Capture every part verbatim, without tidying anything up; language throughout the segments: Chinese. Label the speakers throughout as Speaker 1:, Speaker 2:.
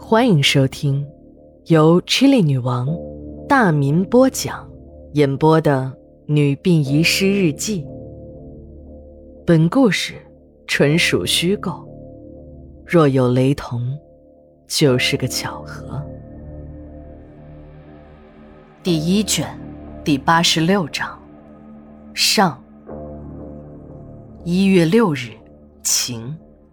Speaker 1: 欢迎收听由 Chilli 女王大民播讲演播的女病遗失日记。本故事纯属虚构，若有雷同，就是个巧合。第一卷第八十六章上。一月六日，晴。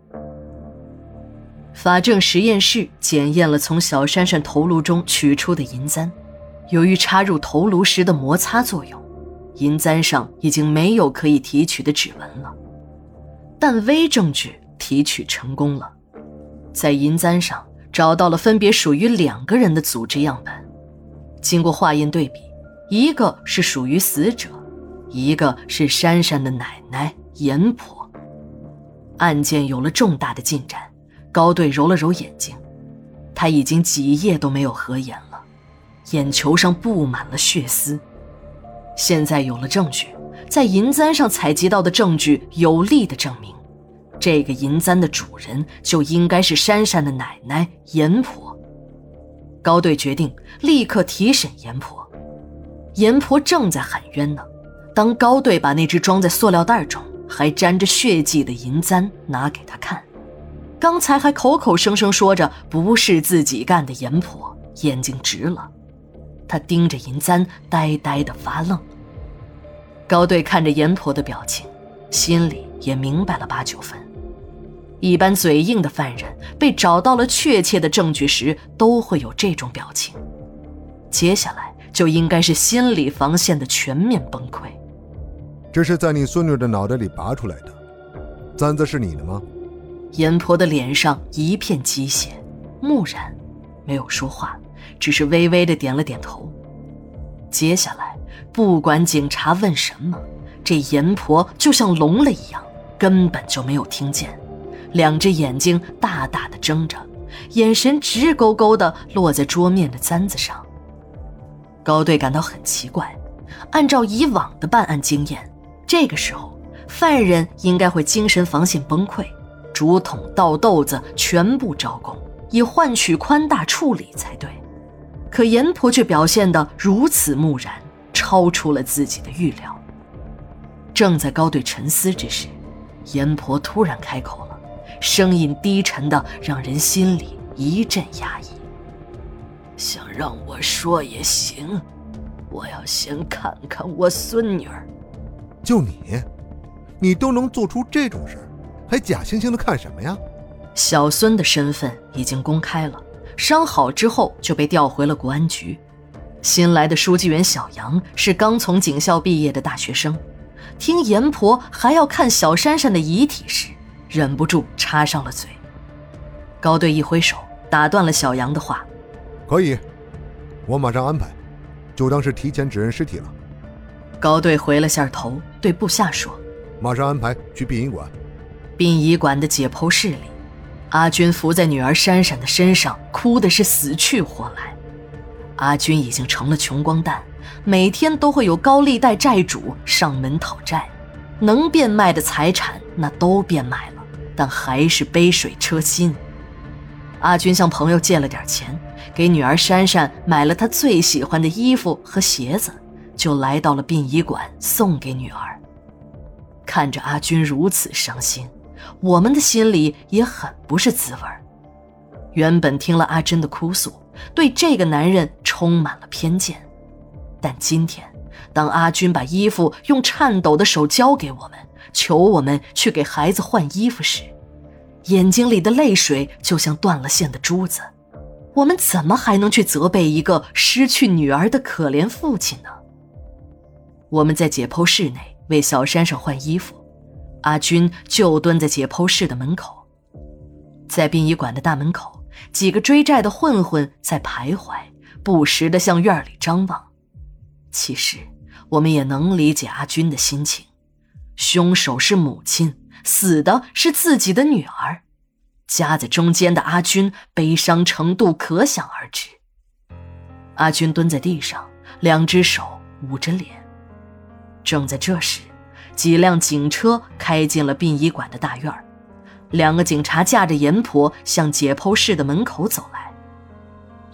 Speaker 1: 法证实验室检验了从小珊珊头颅中取出的银簪，由于插入头颅时的摩擦作用，银簪上已经没有可以提取的指纹了。但微证据提取成功了，在银簪上找到了分别属于两个人的组织样本，经过化验对比，一个是属于死者，一个是珊珊的奶奶严婆。案件有了重大的进展，高队揉了揉眼睛，他已经几夜都没有合眼了，眼球上布满了血丝。现在有了证据，在银簪上采集到的证据有力的证明，这个银簪的主人就应该是珊珊的奶奶严婆。高队决定立刻提审严婆。严婆正在喊冤呢，当高队把那只装在塑料袋中还沾着血迹的银簪拿给他看，刚才还口口声声说着不是自己干的严婆眼睛直了，他盯着银簪呆呆地发愣。高队看着严婆的表情，心里也明白了八九分。一般嘴硬的犯人被找到了确切的证据时都会有这种表情，接下来就应该是心理防线的全面崩溃。
Speaker 2: 这是在你孙女的脑袋里拔出来的，簪子是你的吗？
Speaker 1: 严婆的脸上一片机械，木然，没有说话，只是微微地点了点头。接下来不管警察问什么，这严婆就像聋了一样，根本就没有听见，两只眼睛大大的睁着，眼神直勾勾地落在桌面的簪子上。高队感到很奇怪，按照以往的办案经验，这个时候犯人应该会精神防线崩溃，竹筒倒豆子全部招供，以换取宽大处理才对。可严婆却表现得如此木然，超出了自己的预料。正在高队沉思之时，严婆突然开口了，声音低沉的让人心里一阵压抑。想让我说也行，我要先看看我孙女儿。
Speaker 2: 就你，你都能做出这种事，还假惺惺的看什么呀？
Speaker 1: 小孙的身份已经公开了，伤好之后就被调回了国安局。新来的书记员小杨是刚从警校毕业的大学生，听严婆还要看小珊珊的遗体时，忍不住插上了嘴。高队一挥手打断了小杨的话，
Speaker 2: 可以，我马上安排，就当是提前指认尸体了。
Speaker 1: 高队回了下头，对部下说，
Speaker 2: 马上安排去殡仪馆。
Speaker 1: 殡仪馆的解剖室里，阿军伏在女儿珊珊的身上，哭的是死去活来。阿军已经成了穷光蛋，每天都会有高利贷债主上门讨债，能变卖的财产那都变卖了，但还是杯水车薪。阿军向朋友借了点钱，给女儿珊珊买了她最喜欢的衣服和鞋子，就来到了殡仪馆送给女儿。看着阿军如此伤心，我们的心里也很不是滋味。原本听了阿珍的哭诉，对这个男人充满了偏见，但今天当阿军把衣服用颤抖的手交给我们，求我们去给孩子换衣服时，眼睛里的泪水就像断了线的珠子。我们怎么还能去责备一个失去女儿的可怜父亲呢？我们在解剖室内为小珊珊换衣服，阿军就蹲在解剖室的门口。在殡仪馆的大门口，几个追债的混混在徘徊，不时地向院里张望。其实我们也能理解阿军的心情，凶手是母亲，死的是自己的女儿，夹在中间的阿军悲伤程度可想而知。阿军蹲在地上，两只手捂着脸。正在这时，几辆警车开进了殡仪馆的大院，两个警察驾着严婆向解剖室的门口走来，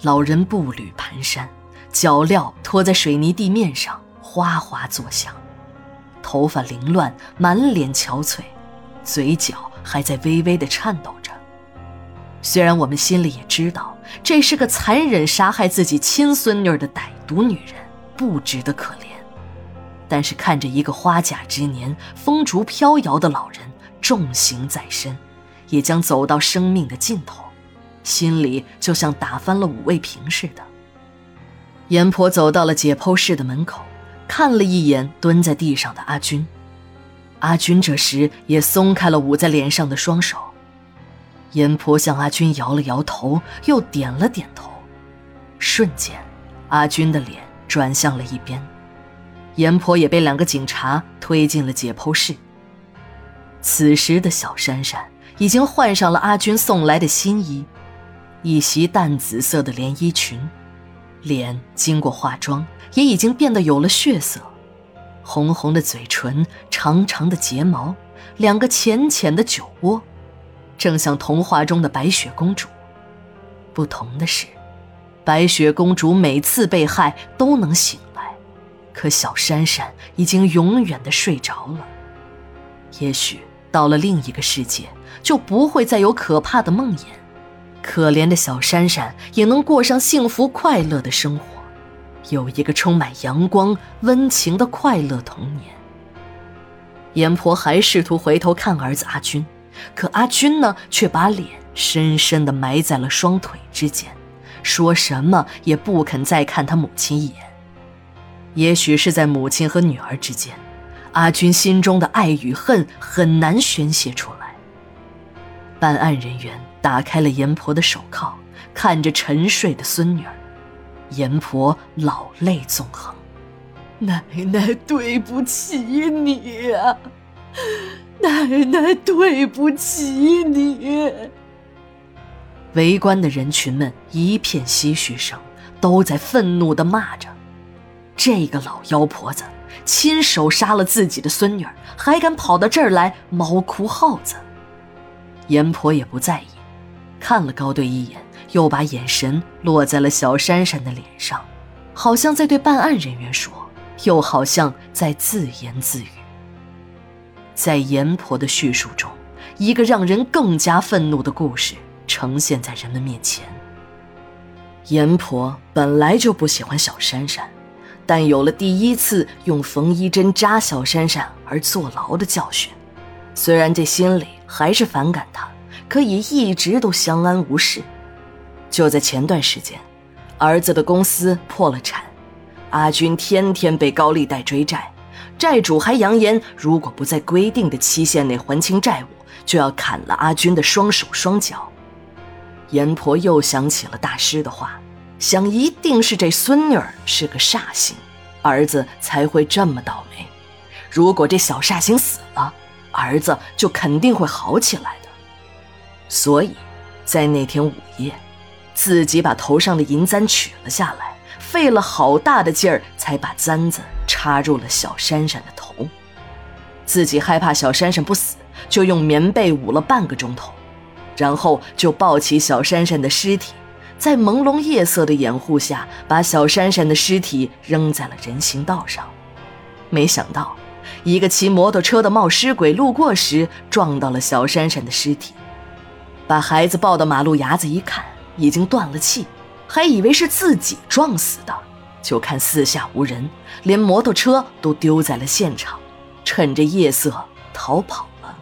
Speaker 1: 老人步履蹒跚，脚镣拖在水泥地面上哗哗作响，头发凌乱，满脸憔悴，嘴角还在微微地颤抖着。虽然我们心里也知道这是个残忍杀害自己亲孙女的歹毒女人，不值得可怜，但是看着一个花甲之年风烛飘摇的老人重刑在身，也将走到生命的尽头，心里就像打翻了五味瓶似的。阎婆走到了解剖室的门口，看了一眼蹲在地上的阿军。阿军这时也松开了捂在脸上的双手。阎婆向阿军摇了摇头，又点了点头。瞬间，阿军的脸转向了一边。阎婆也被两个警察推进了解剖室。此时的小珊珊已经换上了阿军送来的新衣，一袭淡紫色的连衣裙，脸经过化妆也已经变得有了血色，红红的嘴唇，长长的睫毛，两个浅浅的酒窝，正像童话中的白雪公主。不同的是，白雪公主每次被害都能醒来，可小珊珊已经永远地睡着了。也许到了另一个世界，就不会再有可怕的梦魇，可怜的小珊珊也能过上幸福快乐的生活，有一个充满阳光温情的快乐童年。阎婆还试图回头看儿子阿军，可阿军呢，却把脸深深地埋在了双腿之间，说什么也不肯再看他母亲一眼。也许是在母亲和女儿之间，阿军心中的爱与恨很难宣泄出来。办案人员打开了阎婆的手铐，看着沉睡的孙女儿，阎婆老泪纵横：“奶奶对不起你呀，奶奶对不起你。”围观的人群们一片唏嘘声，都在愤怒地骂着：这个老妖婆子亲手杀了自己的孙女儿，还敢跑到这儿来猫哭耗子。阎婆也不在意，看了高队一眼，又把眼神落在了小珊珊的脸上，好像在对办案人员说，又好像在自言自语。在阎婆的叙述中，一个让人更加愤怒的故事呈现在人们面前。阎婆本来就不喜欢小珊珊，但有了第一次用缝衣针扎小珊珊而坐牢的教训，虽然这心里还是反感她，可也一直都相安无事。就在前段时间，儿子的公司破了产，阿军天天被高利贷追债，债主还扬言如果不在规定的期限内还清债务，就要砍了阿军的双手双脚。阎婆又想起了大师的话，想一定是这孙女儿是个煞星，儿子才会这么倒霉。如果这小煞星死了，儿子就肯定会好起来的。所以在那天午夜，自己把头上的银簪取了下来，费了好大的劲儿才把簪子插入了小珊珊的头。自己害怕小珊珊不死，就用棉被捂了半个钟头，然后就抱起小珊珊的尸体，在朦胧夜色的掩护下，把小珊珊的尸体扔在了人行道上。没想到一个骑摩托车的冒失鬼路过时，撞到了小珊珊的尸体，把孩子抱到马路牙子一看，已经断了气，还以为是自己撞死的，就看四下无人，连摩托车都丢在了现场，趁着夜色逃跑了。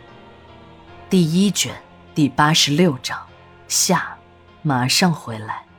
Speaker 1: 第一卷第八十六章下，马上回来。